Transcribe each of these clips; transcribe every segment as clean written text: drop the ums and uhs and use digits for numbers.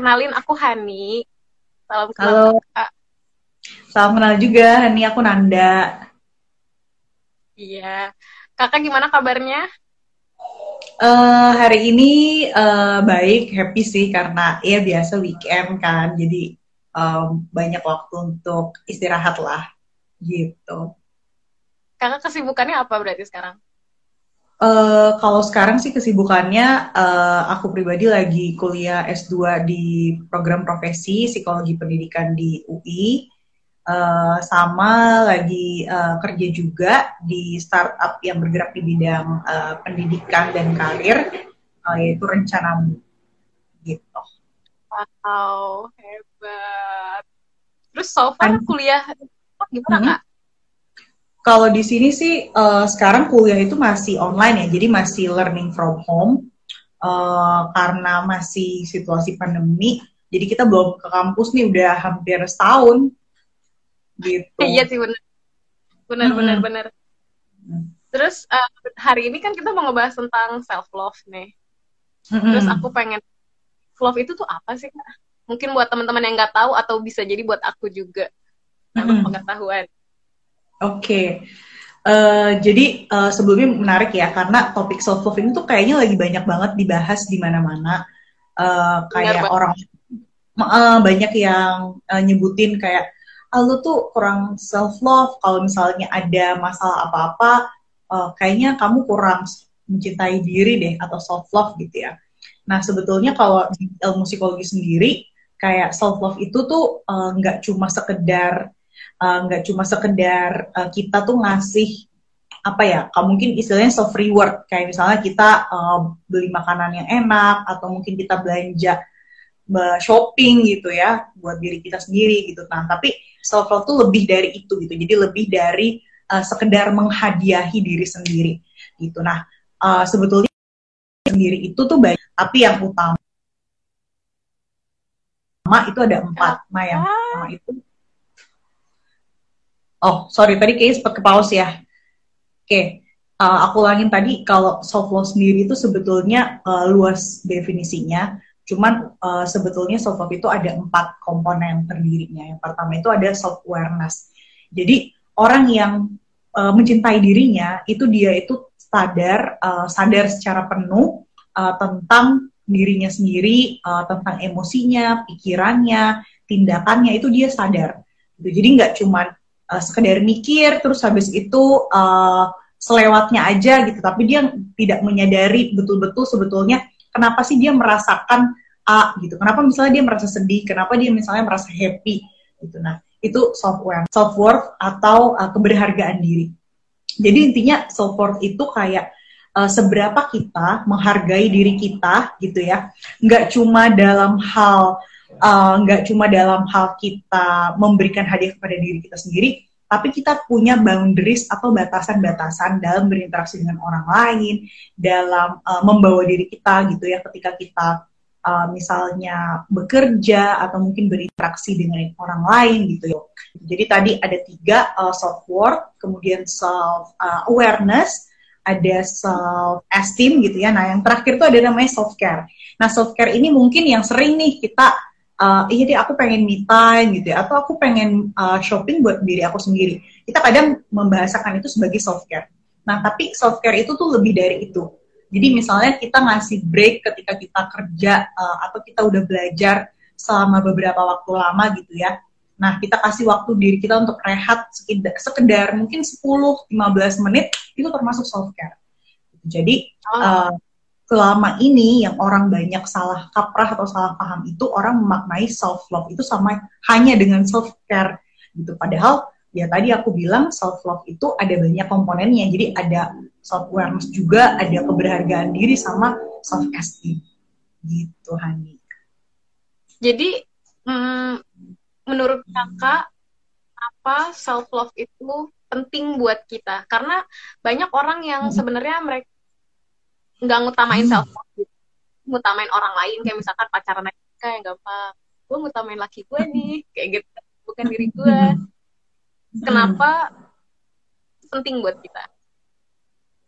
kenalin aku Hani. Salam kenal Halo, Kakak. salam kenal juga. Hani, aku Nanda. Iya. Kakak gimana kabarnya? Hari ini baik, happy sih karena ya biasa weekend kan, jadi banyak waktu untuk istirahat lah, gitu. Kakak kesibukannya apa berarti sekarang? Kalau sekarang sih kesibukannya, aku pribadi lagi kuliah S2 di program profesi Psikologi Pendidikan di UI. Sama lagi kerja juga di startup yang bergerak di bidang pendidikan dan karir, yaitu Rencanamu gitu. Wow, hebat. Terus so far Kan, kuliah gimana Kak? hmm, kalau di sini sih sekarang kuliah itu masih online ya, jadi masih learning from home karena masih situasi pandemi. Jadi kita belum ke kampus nih udah hampir setahun Iya gitu. sih benar, benar, benar, Mm-mm. benar. Terus hari ini kan kita mau ngebahas tentang self love nih. Terus aku Mm-mm. pengen love itu tuh apa sih Kak? Mungkin buat teman-teman yang nggak tahu atau bisa jadi buat aku juga nambah Mm-mm. pengetahuan. Oke. Jadi sebelumnya menarik ya karena topik self love ini tuh kayaknya lagi banyak banget dibahas di mana-mana. Benar Kayak banget. orang banyak yang nyebutin kayak lu tuh kurang self love kalau misalnya ada masalah apa-apa, kayaknya kamu kurang mencintai diri deh atau self love gitu ya. Nah sebetulnya kalau di ilmu psikologi sendiri kayak self love itu tuh nggak cuma sekedar kita tuh ngasih apa ya, kalau mungkin istilahnya self reward kayak misalnya kita beli makanan yang enak atau mungkin kita belanja shopping gitu ya buat diri kita sendiri gitu. Nah tapi self love tuh lebih dari itu gitu, jadi lebih dari sekedar menghadiahi diri sendiri gitu. Nah sebetulnya sendiri itu tuh banyak, tapi yang utama itu ada empat. Nah yang pertama Kakak. itu, oh sorry tadi kayaknya sempat ke pause ya. Oke, aku ulangin tadi kalau self love sendiri itu sebetulnya luas definisinya. Cuman sebetulnya self love itu ada empat komponen terdirinya. Yang pertama itu ada self awareness. Jadi orang yang mencintai dirinya itu dia itu sadar secara penuh tentang dirinya sendiri, tentang emosinya, pikirannya, tindakannya itu dia sadar. Jadi nggak cuma sekedar mikir terus habis itu selewatnya aja gitu, tapi dia tidak menyadari betul-betul sebetulnya kenapa sih dia merasakan A gitu, kenapa misalnya dia merasa sedih, kenapa dia misalnya merasa happy gitu. Nah itu self worth atau keberhargaan diri. Jadi intinya self worth itu kayak seberapa kita menghargai diri kita gitu ya, nggak cuma dalam hal kita memberikan hadiah kepada diri kita sendiri, tapi kita punya boundaries atau batasan-batasan dalam berinteraksi dengan orang lain, dalam membawa diri kita gitu ya ketika kita misalnya bekerja atau mungkin berinteraksi dengan orang lain gitu ya. Jadi tadi ada tiga, self worth, kemudian self awareness, ada self esteem gitu ya. Nah yang terakhir tuh ada namanya self care. Nah self care ini mungkin yang sering nih kita iya deh aku pengen me time gitu ya, atau aku pengen shopping buat diri aku sendiri. Kita kadang membahasakan itu sebagai self care. Nah tapi self care itu tuh lebih dari itu. Jadi misalnya kita ngasih break ketika kita kerja atau kita udah belajar selama beberapa waktu lama gitu ya. Nah, kita kasih waktu diri kita untuk rehat sekedar mungkin 10-15 menit, itu termasuk self care. Jadi Oh, selama ini yang orang banyak salah kaprah atau salah paham itu orang memaknai self love itu sama hanya dengan self care gitu. Padahal ya tadi aku bilang self love itu ada banyak komponennya. Jadi ada self awareness juga, ada keberhargaan diri sama self esteem gitu Hani. jadi mm, menurut kakak apa self love itu penting buat kita? Karena banyak orang yang sebenarnya mereka nggak ngutamain self love, gitu. Ngutamain orang lain kayak misalkan pacaran aja yang gampang. Gue ngutamain laki gue nih, kayak gitu. Bukan diri gue. Kenapa penting buat kita?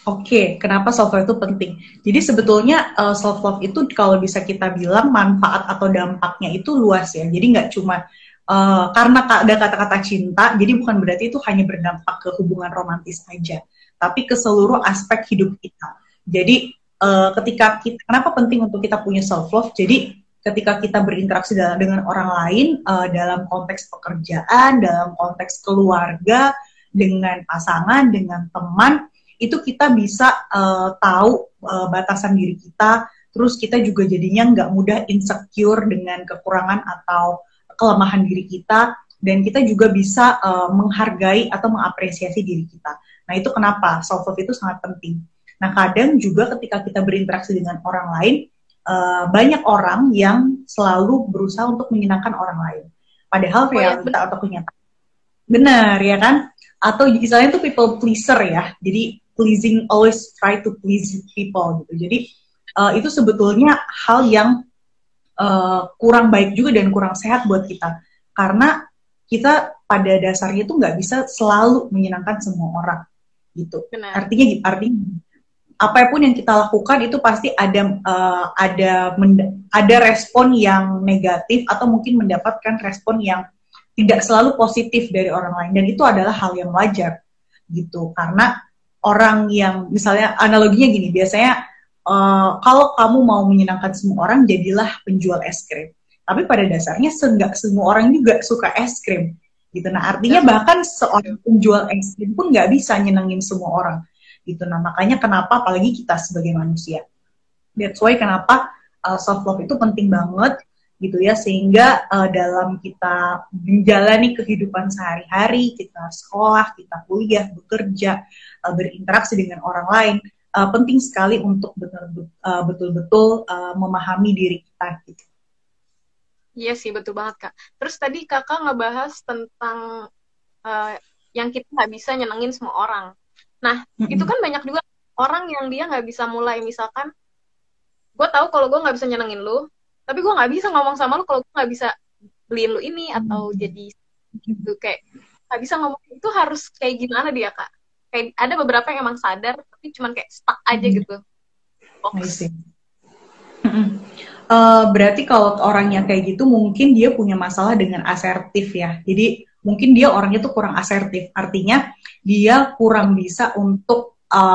Oke, kenapa self love itu penting? Jadi sebetulnya self love itu kalau bisa kita bilang manfaat atau dampaknya itu luas ya. Jadi nggak cuma karena ada kata-kata cinta, jadi bukan berarti itu hanya berdampak ke hubungan romantis aja, tapi ke seluruh aspek hidup kita. Jadi ketika kita, kenapa penting untuk kita punya self love? Jadi ketika kita berinteraksi dengan orang lain dalam konteks pekerjaan, dalam konteks keluarga, dengan pasangan, dengan teman, itu kita bisa tahu batasan diri kita, terus kita juga jadinya nggak mudah insecure dengan kekurangan atau kelemahan diri kita, dan kita juga bisa menghargai atau mengapresiasi diri kita. Nah itu kenapa self love itu sangat penting. Nah kadang juga ketika kita berinteraksi dengan orang lain, banyak orang yang selalu berusaha untuk menyenangkan orang lain. Padahal realita atau kenyataan benar ya kan? Atau istilahnya itu people pleaser ya. Jadi pleasing, always try to please people gitu. Jadi itu sebetulnya hal yang kurang baik juga dan kurang sehat buat kita, karena kita pada dasarnya itu nggak bisa selalu menyenangkan semua orang gitu. Benar. Artinya apapun yang kita lakukan itu pasti ada respon yang negatif atau mungkin mendapatkan respon yang tidak selalu positif dari orang lain, dan itu adalah hal yang wajar gitu. Karena orang yang misalnya analoginya gini, biasanya kalau kamu mau menyenangkan semua orang, jadilah penjual es krim. Tapi pada dasarnya nggak semua orang juga suka es krim, gitu. Nah artinya bahkan seorang penjual es krim pun nggak bisa nyenengin semua orang, gitu. Nah makanya kenapa apalagi kita sebagai manusia. That's why kenapa self love itu penting banget, gitu ya. Sehingga dalam kita menjalani kehidupan sehari-hari, kita sekolah, kita kuliah, bekerja, berinteraksi dengan orang lain, penting sekali untuk betul-betul memahami diri kita gitu. Iya sih, betul banget Kak. Terus tadi Kakak ngebahas tentang yang kita nggak bisa nyenengin semua orang. Nah, itu kan banyak juga orang yang dia nggak bisa mulai. Misalkan, gue tahu kalau gue nggak bisa nyenengin lu, tapi gue nggak bisa ngomong sama lu kalau gue nggak bisa beliin lu ini, atau jadi gitu. Kayak nggak bisa ngomong, itu harus kayak gimana dia Kak? Kayak ada beberapa yang emang sadar tapi cuman kayak stuck aja gitu. Berarti kalau orangnya kayak gitu mungkin dia punya masalah dengan asertif ya. Jadi mungkin dia orangnya tuh kurang asertif. Artinya dia kurang bisa untuk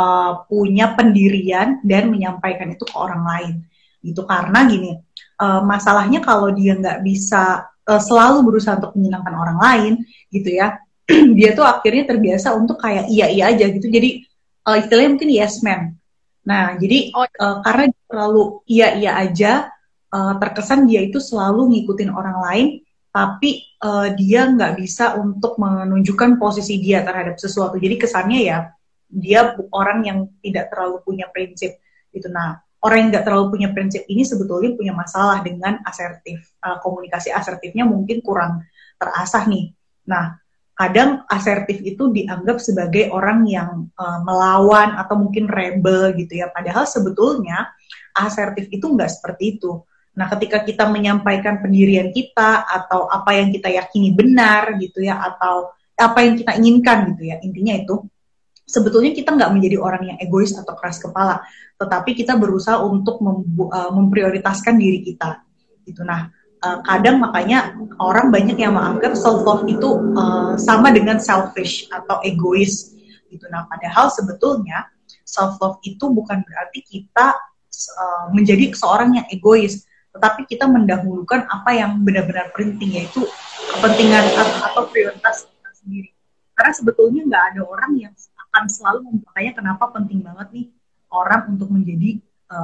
punya pendirian dan menyampaikan itu ke orang lain. Gitu, karena gini, masalahnya kalau dia nggak bisa selalu berusaha untuk menyenangkan orang lain gitu ya, dia tuh akhirnya terbiasa untuk kayak iya aja gitu. Jadi istilahnya mungkin yes man. Nah jadi karena terlalu iya aja, terkesan dia itu selalu ngikutin orang lain, tapi dia nggak bisa untuk menunjukkan posisi dia terhadap sesuatu. Jadi kesannya ya dia orang yang tidak terlalu punya prinsip gitu. Nah orang yang nggak terlalu punya prinsip ini sebetulnya punya masalah dengan asertif. Komunikasi asertifnya mungkin kurang terasah nih. Nah kadang asertif itu dianggap sebagai orang yang melawan atau mungkin rebel gitu ya. Padahal sebetulnya asertif itu nggak seperti itu. Nah ketika kita menyampaikan pendirian kita atau apa yang kita yakini benar gitu ya, atau apa yang kita inginkan gitu ya, intinya itu sebetulnya kita nggak menjadi orang yang egois atau keras kepala, tetapi kita berusaha untuk memprioritaskan diri kita gitu. Nah kadang makanya orang banyak yang menganggap self love itu sama dengan selfish atau egois gitu. Nah padahal sebetulnya self love itu bukan berarti kita menjadi seorang yang egois, tetapi kita mendahulukan apa yang benar-benar penting, yaitu kepentingan atau prioritas kita sendiri. Karena sebetulnya nggak ada orang yang akan selalu mempercaya kenapa penting banget nih orang untuk menjadi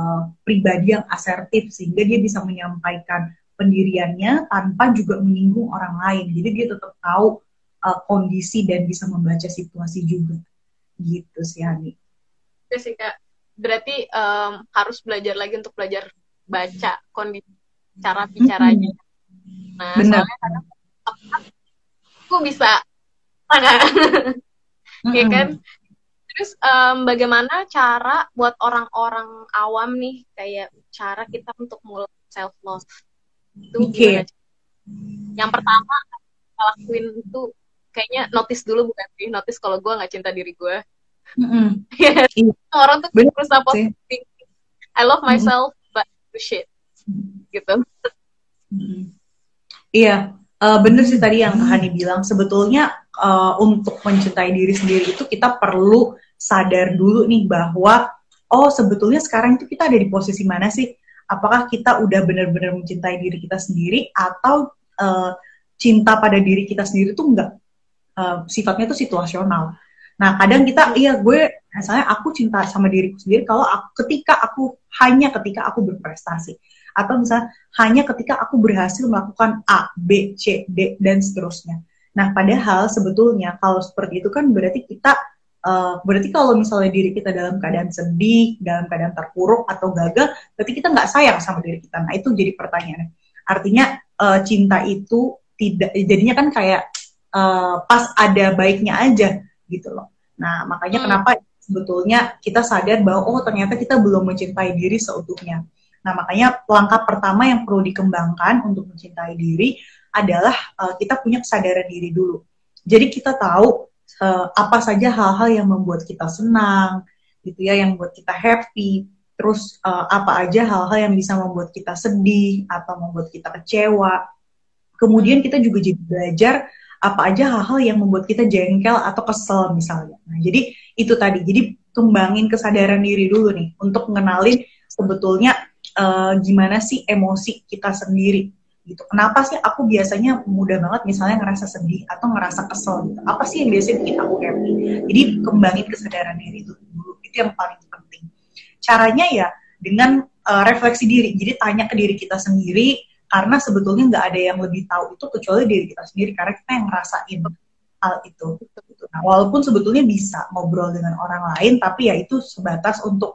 pribadi yang asertif sehingga dia bisa menyampaikan pendiriannya tanpa juga menyinggung orang lain. Jadi dia tetap tahu kondisi dan bisa membaca situasi juga. Gitu sih Hani. Iya sih Kak. Berarti harus belajar lagi untuk belajar baca kondisi cara bicaranya. Nah, benar. Soalnya kadang aku bisa mana, ya kan? Terus bagaimana cara buat orang-orang awam nih, kayak cara kita untuk mulai self love itu gimana? Yang pertama kita lakuin itu kayaknya notice dulu, bukan sih? Notice kalau gue nggak cinta diri gue. Mm-mm. Ya, Iya, orang tuh bener berusaha sih. positive thinking. I love Mm-mm. myself but shit gitu. Mm-mm. Iya, bener sih tadi yang Kak Hani bilang. Sebetulnya untuk mencintai diri sendiri itu kita perlu sadar dulu nih bahwa oh sebetulnya sekarang itu kita ada di posisi mana sih? Apakah kita udah benar-benar mencintai diri kita sendiri atau uh, cinta pada diri kita sendiri tuh enggak, sifatnya itu situasional. Nah, kadang kita, iya gue, misalnya aku cinta sama diriku sendiri kalau hanya ketika aku berprestasi. Atau misalnya hanya ketika aku berhasil melakukan A, B, C, D, dan seterusnya. Nah, padahal sebetulnya kalau seperti itu kan berarti kalau misalnya diri kita dalam keadaan sedih, dalam keadaan terpuruk atau gagal, berarti kita nggak sayang sama diri kita. Nah, itu jadi pertanyaannya. Artinya cinta itu tidak, jadinya kan kayak pas ada baiknya aja gitu loh. Nah, makanya kenapa sebetulnya kita sadar bahwa oh ternyata kita belum mencintai diri seutuhnya. Nah, makanya langkah pertama yang perlu dikembangkan untuk mencintai diri adalah kita punya kesadaran diri dulu. Jadi kita tahu apa saja hal-hal yang membuat kita senang, gitu ya, yang membuat kita happy. Terus apa aja hal-hal yang bisa membuat kita sedih atau membuat kita kecewa. Kemudian kita juga jadi belajar apa aja hal-hal yang membuat kita jengkel atau kesel misalnya. Nah, jadi itu tadi. Jadi kembangin kesadaran diri dulu nih untuk mengenalin sebetulnya gimana sih emosi kita sendiri gitu. Kenapa sih aku biasanya mudah banget misalnya ngerasa sedih atau ngerasa kesel gitu. Apa sih yang biasanya bikin aku happy? Jadi kembangin kesadaran diri itu dulu. Itu yang paling penting. Caranya ya dengan refleksi diri. Jadi tanya ke diri kita sendiri, karena sebetulnya nggak ada yang lebih tahu itu kecuali diri kita sendiri, karena kita yang ngerasain hal itu. Nah, walaupun sebetulnya bisa ngobrol dengan orang lain, tapi ya itu sebatas untuk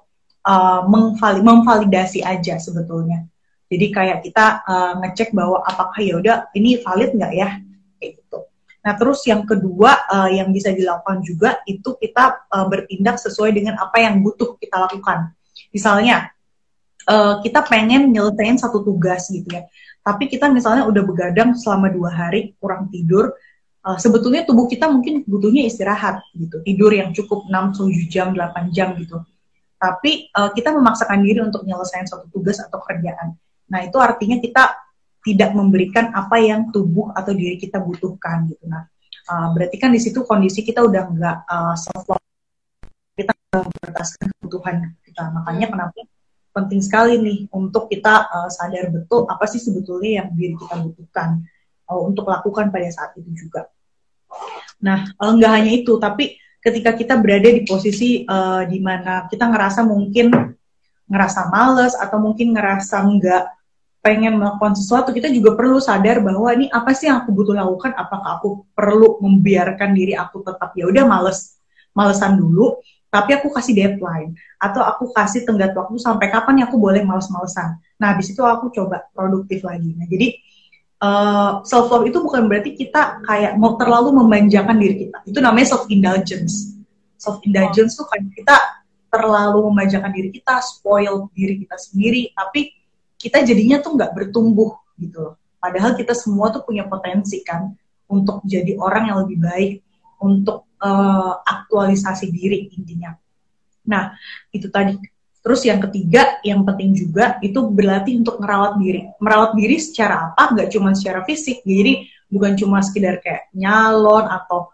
memvalidasi aja sebetulnya. Jadi kayak kita ngecek bahwa apakah ya udah ini valid nggak ya, kayak gitu. Nah terus yang kedua yang bisa dilakukan juga itu kita bertindak sesuai dengan apa yang butuh kita lakukan. Misalnya kita pengen nyelesain satu tugas gitu ya, tapi kita misalnya udah begadang selama 2 hari kurang tidur, sebetulnya tubuh kita mungkin butuhnya istirahat gitu, tidur yang cukup 6-7 jam, 8 jam gitu. Tapi kita memaksakan diri untuk nyelesain satu tugas atau kerjaan. Nah itu artinya kita tidak memberikan apa yang tubuh atau diri kita butuhkan gitu. Nah berarti kan di situ kondisi kita udah nggak self love, kita membataskan kebutuhan kita. Makanya kenapa penting sekali nih untuk kita sadar betul apa sih sebetulnya yang diri kita butuhkan untuk lakukan pada saat itu juga. Nah, nggak hanya itu, tapi ketika kita berada di posisi di mana kita mungkin ngerasa males atau mungkin ngerasa nggak pengen melakukan sesuatu, kita juga perlu sadar bahwa ini apa sih yang aku butuh lakukan. Apakah aku perlu membiarkan diri aku tetap ya udah malesan dulu, tapi aku kasih deadline atau aku kasih tenggat waktu sampai kapan ya aku boleh males-malesan. Nah, habis itu aku coba produktif lagi. Nah, jadi self love itu bukan berarti kita kayak mau terlalu memanjakan diri kita. Itu namanya self indulgence. Self indulgence tuh kayak kita terlalu memanjakan diri kita, spoil diri kita sendiri, tapi kita jadinya tuh nggak bertumbuh gitu loh. Padahal kita semua tuh punya potensi kan untuk jadi orang yang lebih baik, untuk aktualisasi diri intinya. Nah, itu tadi. Terus yang ketiga, yang penting juga itu berlatih untuk merawat diri. Merawat diri secara apa? Nggak cuma secara fisik. Jadi bukan cuma sekedar kayak nyalon atau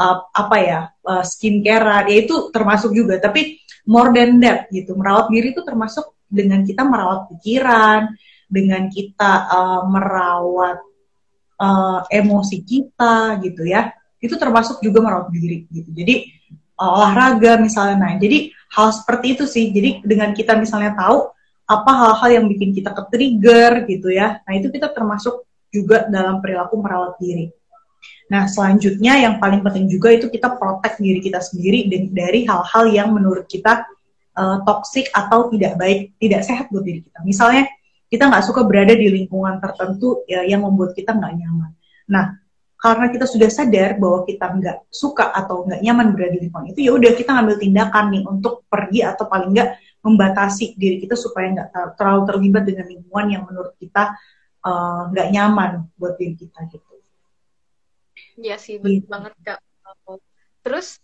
skincare, ya itu termasuk juga. Tapi more than that gitu. Merawat diri itu termasuk dengan kita merawat pikiran, dengan kita merawat emosi kita gitu ya. Itu termasuk juga merawat diri gitu. Jadi olahraga misalnya. Nah, jadi hal seperti itu sih. Jadi dengan kita misalnya tahu apa hal-hal yang bikin kita ke-trigger gitu ya. Nah, itu kita termasuk juga dalam perilaku merawat diri. Nah, selanjutnya yang paling penting juga itu kita protect diri kita sendiri dari hal-hal yang menurut kita toksik atau tidak baik, tidak sehat buat diri kita. Misalnya kita nggak suka berada di lingkungan tertentu ya, yang membuat kita nggak nyaman. Nah, karena kita sudah sadar bahwa kita nggak suka atau nggak nyaman berada di lingkungan itu, ya udah kita ngambil tindakan nih untuk pergi atau paling nggak membatasi diri kita supaya nggak terlalu terlibat dengan lingkungan yang menurut kita nggak nyaman buat diri kita gitu. Iya sih, betul banget Kak. Terus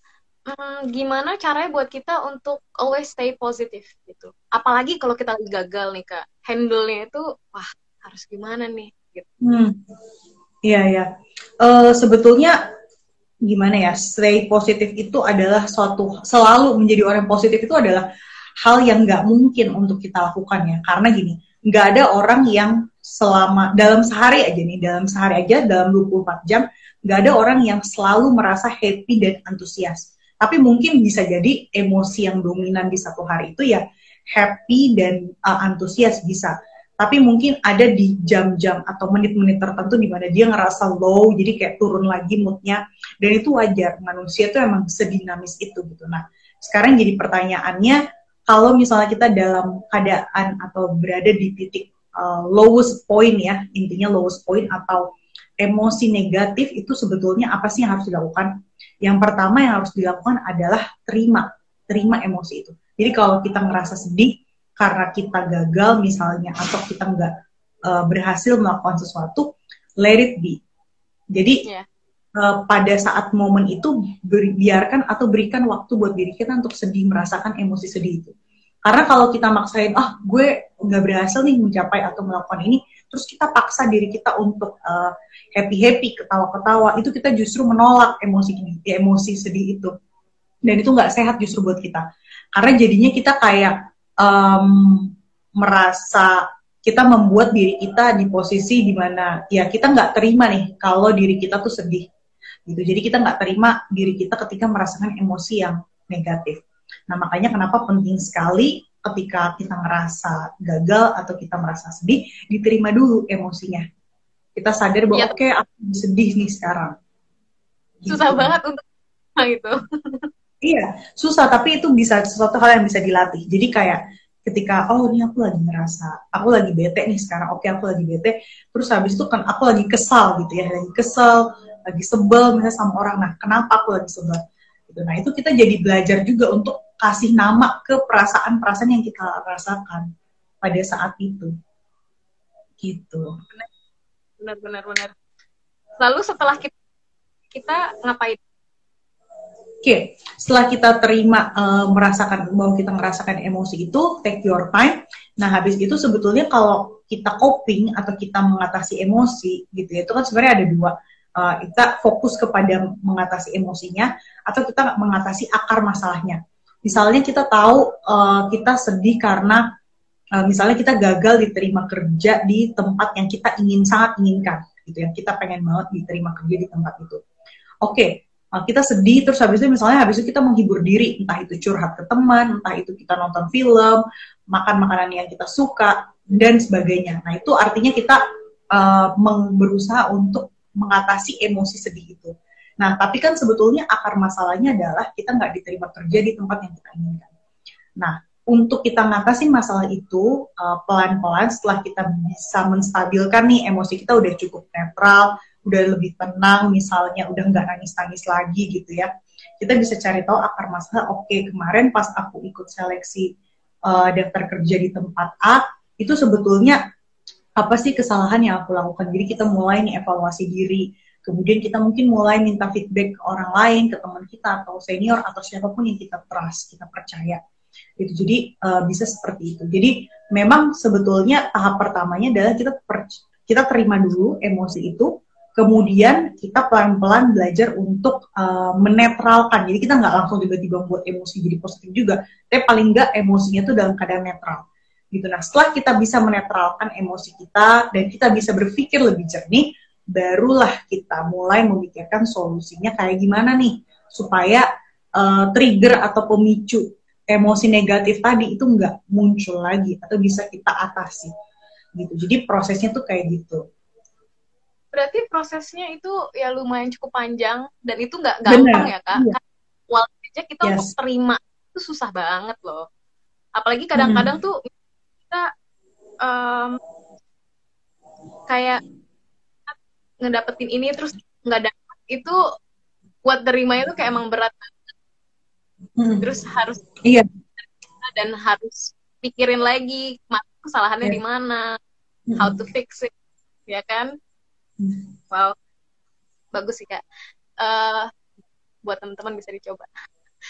gimana caranya buat kita untuk always stay positive gitu. Apalagi kalau kita lagi gagal nih Kak, handle-nya itu wah harus gimana nih gitu. Iya ya. Sebetulnya gimana ya? Stay positif itu adalah selalu menjadi orang positif itu adalah hal yang nggak mungkin untuk kita lakukan ya. Karena gini, nggak ada orang yang dalam sehari aja dalam 24 jam nggak ada orang yang selalu merasa happy dan antusias. Tapi mungkin bisa jadi emosi yang dominan di satu hari itu ya happy dan antusias bisa. Tapi mungkin ada di jam-jam atau menit-menit tertentu di mana dia ngerasa low, jadi kayak turun lagi moodnya. Dan itu wajar, manusia tuh emang sedinamis itu gitu. Nah, sekarang jadi pertanyaannya, kalau misalnya kita dalam keadaan atau berada di titik lowest point ya, intinya lowest point atau emosi negatif itu sebetulnya apa sih yang harus dilakukan? Yang pertama yang harus dilakukan adalah terima emosi itu. Jadi kalau kita ngerasa sedih karena kita gagal misalnya atau kita nggak berhasil melakukan sesuatu, let it be. Jadi pada saat momen itu biarkan atau berikan waktu buat diri kita untuk sedih, merasakan emosi sedih itu. Karena kalau kita maksain, gue nggak berhasil nih mencapai atau melakukan ini, terus kita paksa diri kita untuk happy-happy, ketawa-ketawa, itu kita justru menolak emosi sedih itu. Dan itu nggak sehat justru buat kita. Karena jadinya kita kayak merasa kita membuat diri kita di posisi dimana ya kita nggak terima nih kalau diri kita tuh sedih gitu. Jadi kita nggak terima diri kita ketika merasakan emosi yang negatif. Nah makanya kenapa penting sekali ketika kita ngerasa gagal atau kita merasa sedih, diterima dulu emosinya. Kita sadar bahwa oke, aku sedih nih sekarang. Susah banget untuk itu. Iya, susah, tapi itu bisa sesuatu hal yang bisa dilatih. Jadi kayak ketika, ini aku lagi bete nih sekarang, oke aku lagi bete, terus habis itu kan aku lagi kesal gitu ya, lagi kesel, lagi sebel misalnya sama orang, nah kenapa aku lagi sebel? Gitu. Nah itu kita jadi belajar juga untuk kasih nama ke perasaan-perasaan yang kita rasakan pada saat itu. Gitu. Benar. Lalu setelah kita ngapain? Oke, setelah kita terima merasakan bahwa kita merasakan emosi itu, take your time. Nah, habis itu sebetulnya kalau kita coping atau kita mengatasi emosi gitu ya, itu kan sebenarnya ada dua. Kita fokus kepada mengatasi emosinya atau kita mengatasi akar masalahnya. Misalnya kita tahu kita sedih karena misalnya kita gagal diterima kerja di tempat yang kita sangat inginkan gitu ya. Kita pengen banget diterima kerja di tempat itu. Oke. Kita sedih, terus habis itu kita menghibur diri, entah itu curhat ke teman, entah itu kita nonton film, makan makanan yang kita suka, dan sebagainya. Nah itu artinya kita berusaha untuk mengatasi emosi sedih itu. Nah tapi kan sebetulnya akar masalahnya adalah kita nggak diterima kerja di tempat yang kita inginkan. Nah untuk kita mengatasi masalah itu pelan-pelan setelah kita bisa menstabilkan nih emosi kita udah cukup netral, udah lebih tenang misalnya, udah nggak nangis-nangis lagi gitu ya. Kita bisa cari tahu akar masalah, oke kemarin pas aku ikut seleksi daftar kerja di tempat A, itu sebetulnya apa sih kesalahan yang aku lakukan. Jadi kita mulai nih evaluasi diri, kemudian kita mungkin mulai minta feedback ke orang lain, ke teman kita atau senior atau siapapun yang kita trust, kita percaya. Gitu. Jadi bisa seperti itu. Jadi memang sebetulnya tahap pertamanya adalah kita terima dulu emosi itu, kemudian kita pelan-pelan belajar untuk menetralkan. Jadi kita nggak langsung tiba-tiba buat emosi jadi positif juga, tapi paling nggak emosinya itu dalam keadaan netral. Gitu. Nah, setelah kita bisa menetralkan emosi kita dan kita bisa berpikir lebih jernih, barulah kita mulai memikirkan solusinya kayak gimana nih supaya trigger atau pemicu emosi negatif tadi itu nggak muncul lagi atau bisa kita atasi. Gitu. Jadi prosesnya tuh kayak gitu. Berarti prosesnya itu ya lumayan cukup panjang dan itu nggak gampang. Bener, ya Kak. Iya. Awalnya aja kita untuk terima itu susah banget loh. Apalagi kadang-kadang tuh kita kayak ngedapetin ini terus nggak dapet, itu buat terimanya tuh kayak emang berat banget. Terus harus dan harus pikirin lagi kesalahannya di mana, how to fix it, ya kan? Wow, bagus sih Kak. Buat teman-teman bisa dicoba.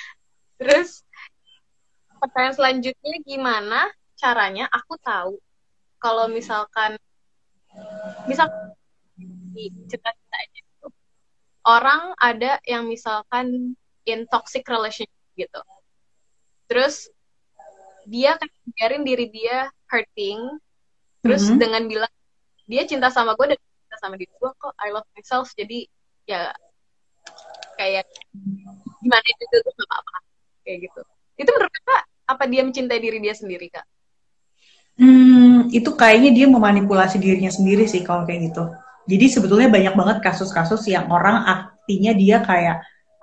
Terus pertanyaan selanjutnya, gimana caranya aku tahu kalau misalkan di cita-citanya itu orang ada yang misalkan in toxic relationship gitu. Terus dia kan biarin diri dia hurting, terus dengan bilang dia cinta sama gue dan cinta sama diri gue kok, I love myself, jadi ya kayak gimana itu tuh gak apa-apa kayak gitu. Itu menurut Kak, apa dia mencintai diri dia sendiri, Kak? Itu kayaknya dia memanipulasi dirinya sendiri sih kalau kayak gitu. Jadi sebetulnya banyak banget kasus-kasus yang orang artinya dia kayak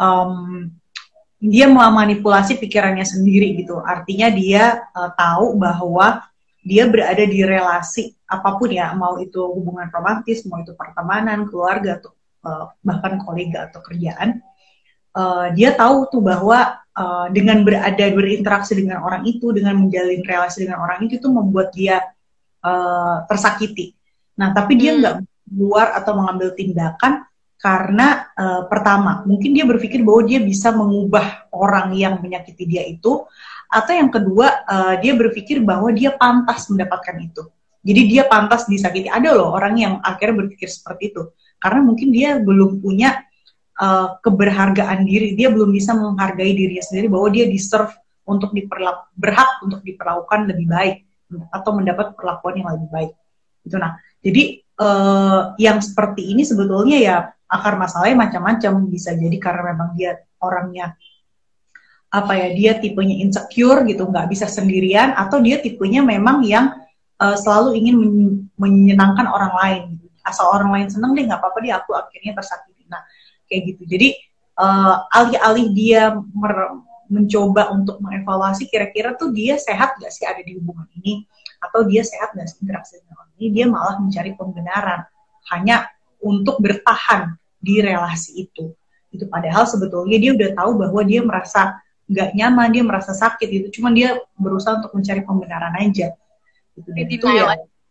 dia memanipulasi pikirannya sendiri gitu. Artinya dia tahu bahwa dia berada di relasi apapun ya, mau itu hubungan romantis, mau itu pertemanan, keluarga, atau bahkan kolega atau kerjaan. Dia tahu tuh bahwa dengan berinteraksi dengan orang itu, dengan menjalin relasi dengan orang itu tuh membuat dia tersakiti. Nah, tapi dia nggak keluar atau mengambil tindakan karena pertama, mungkin dia berpikir bahwa dia bisa mengubah orang yang menyakiti dia itu, atau yang kedua, dia berpikir bahwa dia pantas mendapatkan itu. Jadi dia pantas disakiti. Ada loh orang yang akhirnya berpikir seperti itu, karena mungkin dia belum punya keberhargaan diri, dia belum bisa menghargai dirinya sendiri bahwa dia deserve untuk berhak untuk diperlakukan lebih baik atau mendapat perlakuan yang lebih baik. Itu nah. Jadi yang seperti ini sebetulnya ya akar masalahnya macam-macam. Bisa jadi karena memang dia orangnya dia tipenya insecure gitu, nggak bisa sendirian, atau dia tipenya memang yang selalu ingin menyenangkan orang lain. Asal orang lain seneng deh, nggak apa-apa deh, aku akhirnya tersakiti. Nah, kayak gitu. Jadi alih-alih dia mencoba untuk mengevaluasi kira-kira tuh dia sehat gak sih ada di hubungan ini, atau dia sehat gak sih interaksi dengan orang ini, dia malah mencari pembenaran hanya untuk bertahan di relasi itu. Itu padahal sebetulnya dia udah tahu bahwa dia merasa gak nyaman, dia merasa sakit itu, cuman dia berusaha untuk mencari pembenaran aja. Itu ya.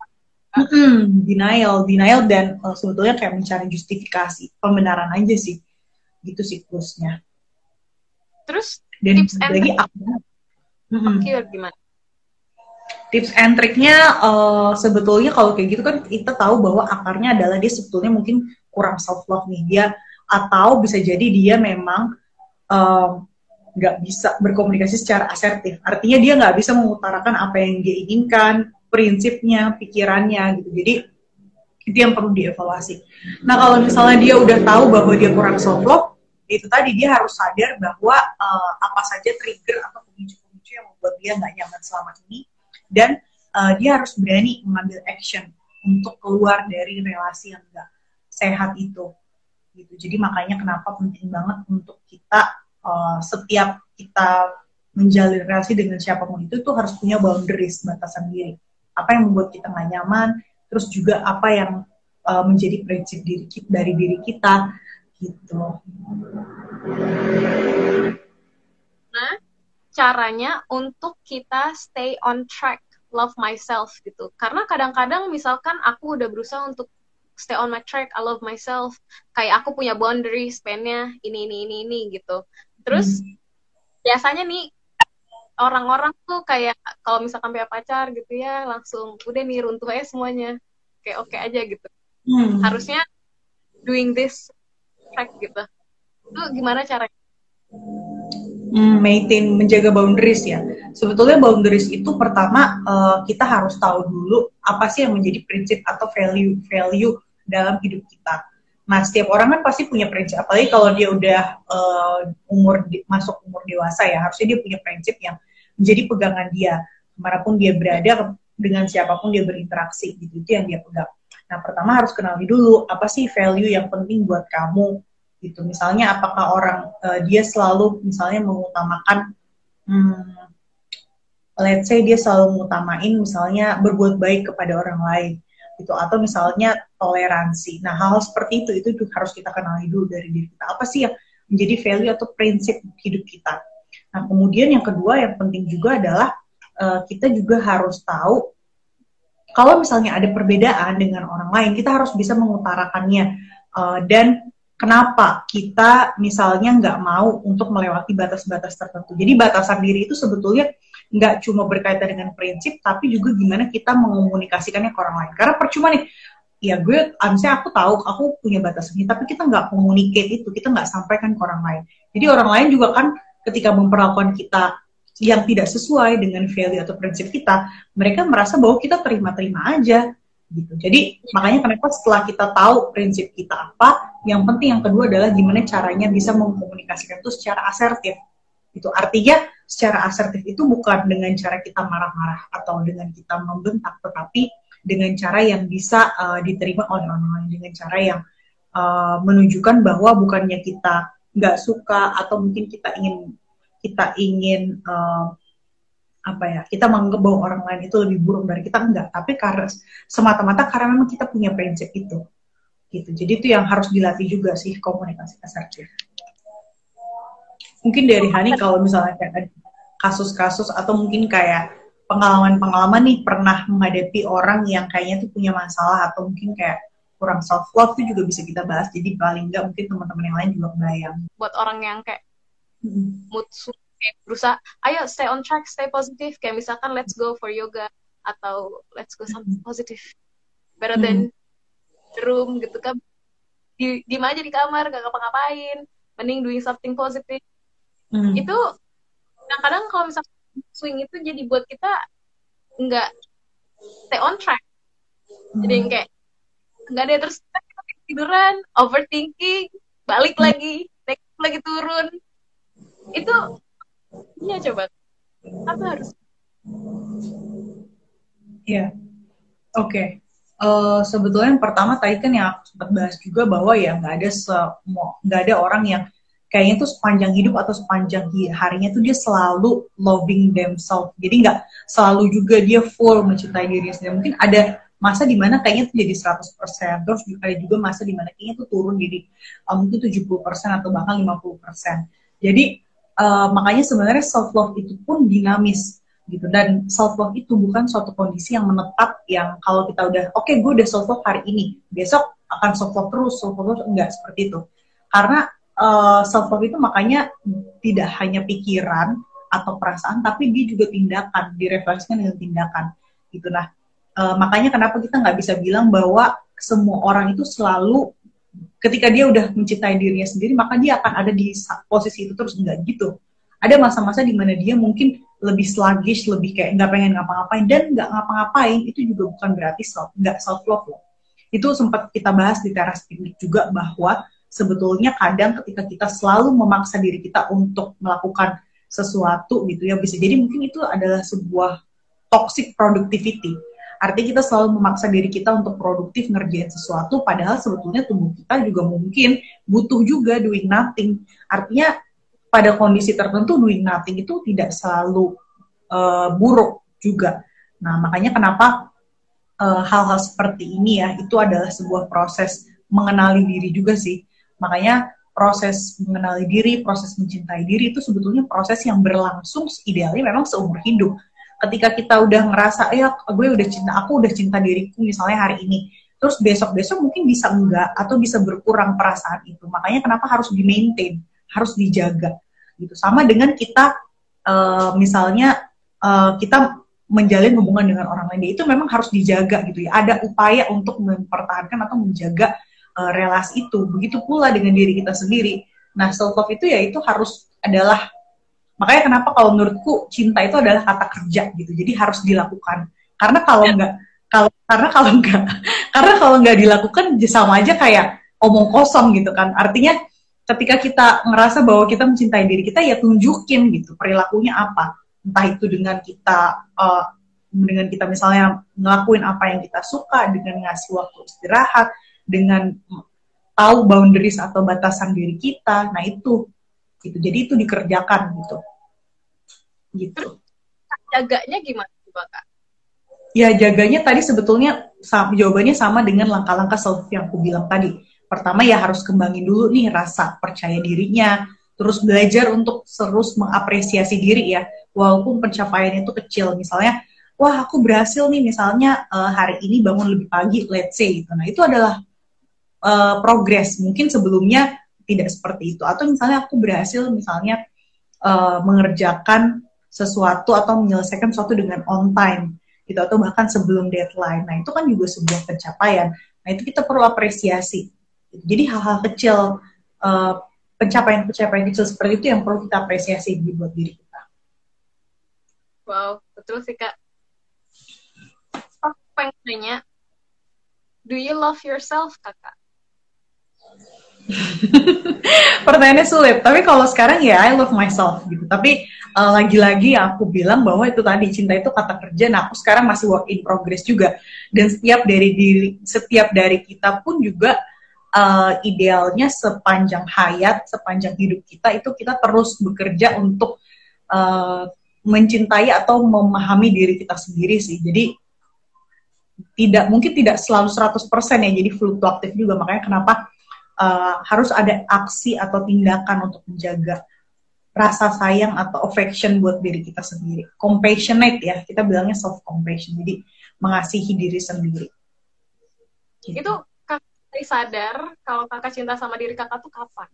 Denial dan sebetulnya kayak mencari justifikasi, pembenaran aja sih, gitu siklusnya. Terus dan tips and lagi gimana? Tips and triknya sebetulnya kalau kayak gitu kan kita tahu bahwa akarnya adalah dia sebetulnya mungkin kurang self love nih dia, atau bisa jadi dia memang nggak bisa berkomunikasi secara asertif. Artinya dia nggak bisa mengutarakan apa yang dia inginkan, prinsipnya, pikirannya gitu. Jadi itu yang perlu dievaluasi. Nah kalau misalnya dia udah tahu bahwa dia kurang self love, itu tadi dia harus sadar bahwa apa saja trigger atau pemicu-pemicu yang membuat dia nggak nyaman selama ini, dan dia harus berani mengambil action untuk keluar dari relasi yang nggak sehat itu. Gitu. Jadi makanya kenapa penting banget untuk kita setiap kita menjalin relasi dengan siapapun itu tuh harus punya boundaries, batasan diri. Apa yang membuat kita nggak nyaman, terus juga apa yang menjadi prinsip dari diri kita, gitu. Nah, caranya untuk kita stay on track, love myself gitu. Karena kadang-kadang misalkan aku udah berusaha untuk stay on my track, I love myself, kayak aku punya boundaries, span-nya ini gitu. Terus biasanya nih orang-orang tuh kayak kalau misalkan punya pacar gitu ya, langsung udah nih runtuh aja semuanya, kayak oke aja gitu. Harusnya doing this track gitu. Itu gimana caranya? Maintain, menjaga boundaries ya. Sebetulnya boundaries itu pertama kita harus tahu dulu apa sih yang menjadi prinsip atau value dalam hidup kita. Nah, setiap orang kan pasti punya prinsip, apalagi kalau dia udah masuk umur dewasa ya, harusnya dia punya prinsip yang menjadi pegangan dia, kemanapun dia berada, dengan siapapun dia berinteraksi, gitu, itu yang dia pegang. Nah, pertama harus kenali dulu, apa sih value yang penting buat kamu, gitu. Misalnya, apakah orang, dia selalu misalnya mengutamakan, let's say dia selalu mengutamain misalnya berbuat baik kepada orang lain, gitu, atau misalnya toleransi. Nah, hal seperti itu harus kita kenali dulu dari diri kita. Apa sih yang menjadi value atau prinsip hidup kita? Nah, kemudian yang kedua yang penting juga adalah kita juga harus tahu kalau misalnya ada perbedaan dengan orang lain, kita harus bisa mengutarakannya dan kenapa kita misalnya nggak mau untuk melewati batas-batas tertentu. Jadi batasan diri itu sebetulnya nggak cuma berkaitan dengan prinsip, tapi juga gimana kita mengomunikasikannya ke orang lain. Karena percuma nih, ya gue, misalnya aku tahu aku punya batasan ini, tapi kita nggak communicate itu, kita nggak sampaikan ke orang lain. Jadi orang lain juga kan ketika memperlakukan kita yang tidak sesuai dengan value atau prinsip kita, mereka merasa bahwa kita terima-terima aja gitu. Jadi makanya kenapa setelah kita tahu prinsip kita apa, yang penting yang kedua adalah gimana caranya bisa mengkomunikasikan itu secara asertif. Itu artinya secara asertif itu bukan dengan cara kita marah-marah atau dengan kita membentak, tetapi dengan cara yang bisa diterima oleh orang lain, dengan cara yang menunjukkan bahwa bukannya kita nggak suka atau mungkin kita ingin kita menganggap bahwa orang lain itu lebih buruk dari kita, enggak, tapi karena semata-mata karena memang kita punya prinsip itu gitu. Jadi itu yang harus dilatih juga sih, komunikasi asertif. Mungkin dari Hani kalau misalnya kayak kasus-kasus atau mungkin kayak pengalaman-pengalaman nih, pernah menghadapi orang yang kayaknya tuh punya masalah atau mungkin kayak kurang self love, itu juga bisa kita bahas. Jadi paling enggak mungkin teman-teman yang lain juga kebayang. Buat orang yang kayak mood swing, berusaha ayo stay on track, stay positive, kayak misalkan let's go for yoga atau let's go something positive better than the room gitu kan, diem aja di kamar gak ngapa-ngapain, mending doing something positive. Itu kadang-kadang kalau misalkan swing itu jadi buat kita nggak stay on track, jadi kayak nggak ada, terus kita tiduran, overthinking, balik lagi, naik lagi turun. Itu iya, coba apa harus Oke. Sebetulnya yang pertama tadi kan yang aku sempat bahas juga bahwa ya nggak ada orang yang kayaknya tuh sepanjang hidup atau sepanjang harinya tuh dia selalu loving themselves. Jadi nggak selalu juga dia full mencintai dirinya sendiri. Mungkin ada masa dimana kayaknya tuh jadi 100%, terus ada juga masa dimana kayaknya tuh turun jadi mungkin 70% atau bahkan 50%. Jadi makanya sebenarnya self love itu pun dinamis gitu, dan self love itu bukan suatu kondisi yang menetap yang kalau kita udah oke, gue udah self love hari ini, besok akan self love terus, enggak seperti itu. Karena self love itu makanya tidak hanya pikiran atau perasaan, tapi dia juga tindakan, direfleksikan dengan tindakan gitu. Nah, makanya kenapa kita nggak bisa bilang bahwa semua orang itu selalu ketika dia udah mencintai dirinya sendiri, maka dia akan ada di posisi itu terus, enggak gitu. Ada masa-masa di mana dia mungkin lebih sluggish, lebih kayak nggak pengen ngapa-ngapain, dan nggak ngapa-ngapain itu juga bukan berarti nggak self love loh. Itu sempat kita bahas di teras piknik juga, bahwa sebetulnya kadang ketika kita selalu memaksa diri kita untuk melakukan sesuatu gitu ya, bisa jadi mungkin itu adalah sebuah toxic productivity. Artinya kita selalu memaksa diri kita untuk produktif ngerjain sesuatu, padahal sebetulnya tubuh kita juga mungkin butuh juga doing nothing. Artinya pada kondisi tertentu doing nothing itu tidak selalu buruk juga. Nah, makanya kenapa hal-hal seperti ini ya, itu adalah sebuah proses mengenali diri juga sih. Makanya proses mengenali diri, proses mencintai diri itu sebetulnya proses yang berlangsung idealnya memang seumur hidup. Ketika kita udah ngerasa, aku udah cinta diriku misalnya hari ini, terus besok-besok mungkin bisa enggak, atau bisa berkurang perasaan itu. Makanya kenapa harus di-maintain, harus dijaga gitu. Sama dengan kita misalnya kita menjalin hubungan dengan orang lain, itu memang harus dijaga gitu ya. Ada upaya untuk mempertahankan atau menjaga relasi itu. Begitu pula dengan diri kita sendiri. Nah, self love itu ya itu harus adalah, makanya kenapa kalau menurutku cinta itu adalah kata kerja gitu. Jadi harus dilakukan. Karena kalau nggak dilakukan sama aja kayak omong kosong gitu kan. Artinya ketika kita ngerasa bahwa kita mencintai diri kita, ya tunjukin gitu perilakunya apa. Entah itu dengan kita misalnya ngelakuin apa yang kita suka, dengan ngasih waktu istirahat, dengan tahu boundaries atau batasan diri kita. Nah itu gitu. Jadi itu dikerjakan gitu. Jaganya gimana coba, Kak? Ya, jaganya tadi sebetulnya jawabannya sama dengan langkah-langkah self yang aku bilang tadi. Pertama ya harus kembangin dulu nih rasa percaya dirinya, terus belajar untuk terus mengapresiasi diri ya, walaupun pencapaian itu kecil. Misalnya, wah aku berhasil nih misalnya hari ini bangun lebih pagi, let's say gitu. Nah itu adalah progres. Mungkin sebelumnya tidak seperti itu. Atau misalnya aku berhasil misalnya mengerjakan sesuatu atau menyelesaikan sesuatu dengan on time gitu, atau bahkan sebelum deadline. Nah, itu kan juga sebuah pencapaian. Nah, itu kita perlu apresiasi. Jadi hal-hal kecil, pencapaian-pencapaian kecil seperti itu yang perlu kita apresiasi buat diri kita. Wow, betul sih Kak. Aku pengen nanya, do you love yourself, Kakak? Pertanyaannya sulit, tapi kalau sekarang ya I love myself gitu. Tapi lagi-lagi aku bilang bahwa itu tadi, cinta itu kata kerja. Nah, aku sekarang masih work in progress juga. Dan setiap dari kita pun juga idealnya sepanjang hayat, sepanjang hidup kita itu kita terus bekerja untuk mencintai atau memahami diri kita sendiri sih. Jadi mungkin tidak selalu 100% ya, jadi fluktuatif juga. Makanya kenapa harus ada aksi atau tindakan untuk menjaga rasa sayang atau affection buat diri kita sendiri. Compassionate ya, kita bilangnya self compassion. Jadi mengasihi diri sendiri. Gitu. Itu Kakak sadar kalau Kakak cinta sama diri Kakak tuh kapan?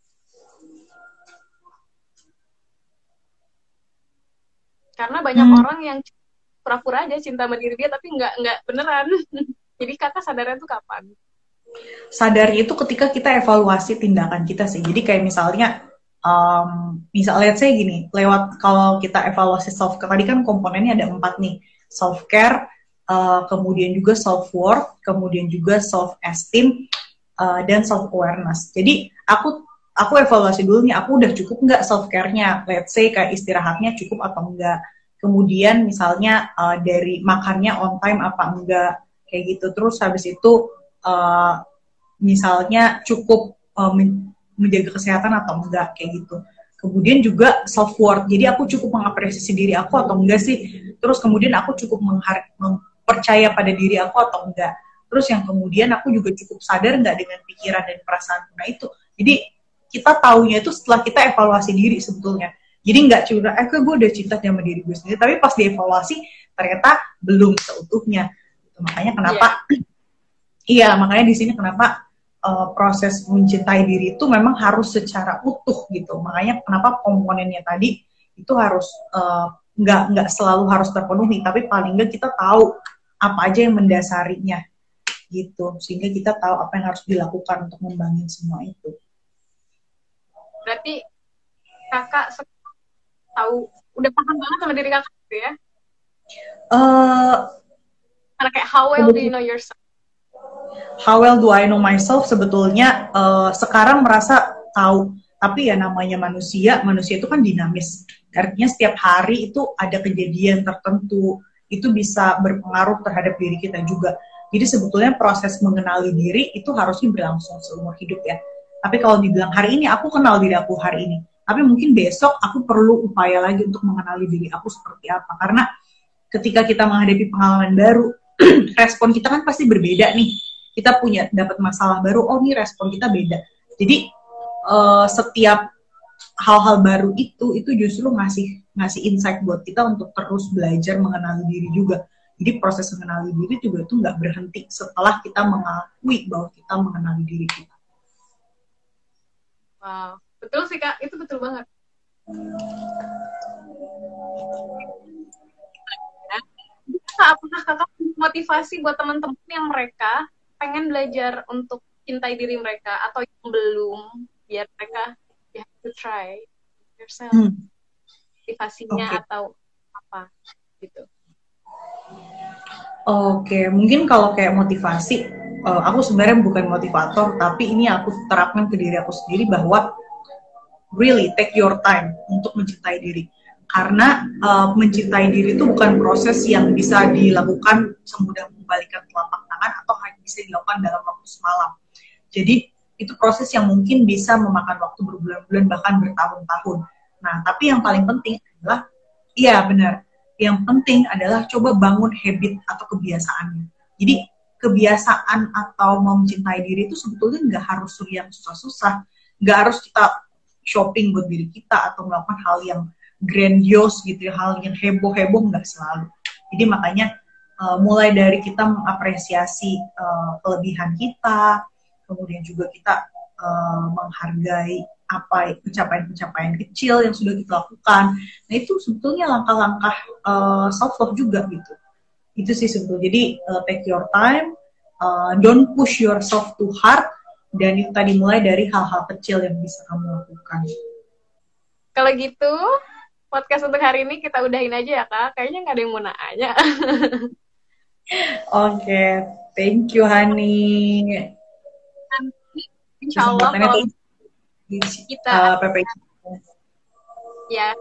Karena banyak orang yang pura-pura aja cinta sama diri dia tapi nggak beneran. Jadi Kakak sadarnya tuh kapan? Sadarnya itu ketika kita evaluasi tindakan kita sih. Jadi kayak misalnya let's say gini, lewat kalau kita evaluasi self care, tadi kan komponennya ada 4 nih, self care, kemudian juga self worth, kemudian juga self esteem, dan self awareness. Jadi aku evaluasi dulu nih, aku udah cukup nggak self care-nya, let's say kayak istirahatnya cukup atau enggak, kemudian misalnya dari makannya on time apa enggak, kayak gitu. Terus habis itu misalnya cukup menjaga kesehatan atau enggak, kayak gitu. Kemudian juga self worth, jadi aku cukup mengapresiasi diri aku atau enggak sih. Terus kemudian aku cukup percaya pada diri aku atau enggak. Terus yang kemudian aku juga cukup sadar enggak dengan pikiran dan perasaan. Nah itu, jadi kita taunya itu setelah kita evaluasi diri sebetulnya. Jadi nggak cuma, gue udah cinta sama diri gue sendiri, tapi pas dievaluasi ternyata belum seutuhnya. Makanya kenapa? Iya, makanya di sini kenapa proses mencintai diri itu memang harus secara utuh gitu. Makanya kenapa komponennya tadi itu harus nggak selalu harus terpenuhi, tapi paling nggak kita tahu apa aja yang mendasarinya gitu, sehingga kita tahu apa yang harus dilakukan untuk membangun semua itu. Berarti Kakak tahu, udah paham banget sama diri Kakak gitu ya? Karena kayak how well do you know yourself? How well do I know myself? Sebetulnya sekarang merasa tahu, tapi ya namanya manusia itu kan dinamis. Artinya setiap hari itu ada kejadian tertentu, itu bisa berpengaruh terhadap diri kita juga. Jadi sebetulnya proses mengenali diri itu harusnya berlangsung seumur hidup ya. Tapi kalau dibilang hari ini aku kenal diri aku hari ini, tapi mungkin besok aku perlu upaya lagi untuk mengenali diri aku seperti apa. Karena ketika kita menghadapi pengalaman baru, respon kita kan pasti berbeda nih. Kita dapat masalah baru, oh nih respon kita beda. Jadi setiap hal-hal baru itu justru ngasih insight buat kita untuk terus belajar mengenali diri juga. Jadi proses mengenali diri juga itu nggak berhenti setelah kita mengakui bahwa kita mengenali diri kita. Wow, betul sih Kak, itu betul banget. Apakah Kakak motivasi buat teman-teman yang mereka pengen belajar untuk cintai diri mereka atau yang belum, biar mereka you have to try yourself, motivasinya atau apa gitu? Oke, mungkin kalau kayak motivasi, aku sebenarnya bukan motivator, tapi ini aku terapkan ke diri aku sendiri bahwa really take your time untuk mencintai diri. Karena mencintai diri itu bukan proses yang bisa dilakukan semudah membalikan telapak tangan atau hanya bisa dilakukan dalam waktu semalam. Jadi itu proses yang mungkin bisa memakan waktu berbulan-bulan bahkan bertahun-tahun. Nah, tapi yang paling penting adalah, iya benar, yang penting adalah coba bangun habit atau kebiasaannya. Jadi kebiasaan atau mau mencintai diri itu sebetulnya nggak harus yang susah-susah, nggak harus kita shopping buat diri kita atau melakukan hal yang grandios gitu ya, hal yang heboh-heboh nggak selalu. Jadi makanya mulai dari kita mengapresiasi kelebihan kita, kemudian juga kita menghargai apa pencapaian-pencapaian kecil yang sudah kita lakukan. Nah itu sebetulnya langkah-langkah self love juga gitu. Itu sih sebetulnya. Jadi take your time, don't push yourself too hard, dan itu tadi mulai dari hal-hal kecil yang bisa kamu lakukan. Kalau gitu, podcast untuk hari ini kita udahin aja ya Kak. Kayaknya nggak ada yang mau nanya. Oke, thank you Hani. Insya Allah kalau kita ya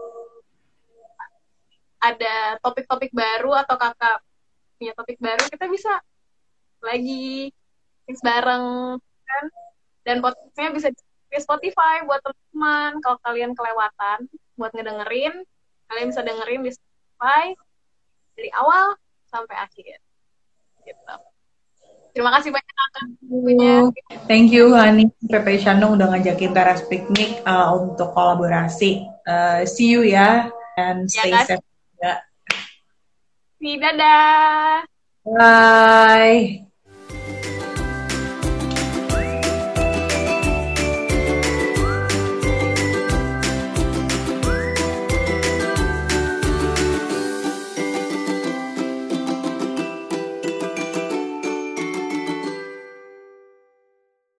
ada topik-topik baru atau kakak punya topik baru, kita bisa lagi bareng kan, dan podcastnya bisa di Spotify buat teman-teman. Kalau kalian kelewatan buat ngedengerin, kalian bisa dengerin di Spotify dari awal sampai akhir gitu. Terima kasih banyak Kakak. Thank you Hani, Pepe Shandong udah ngajakin Teras Piknik untuk kolaborasi. See you ya, and stay safe juga. Dadah. Bye.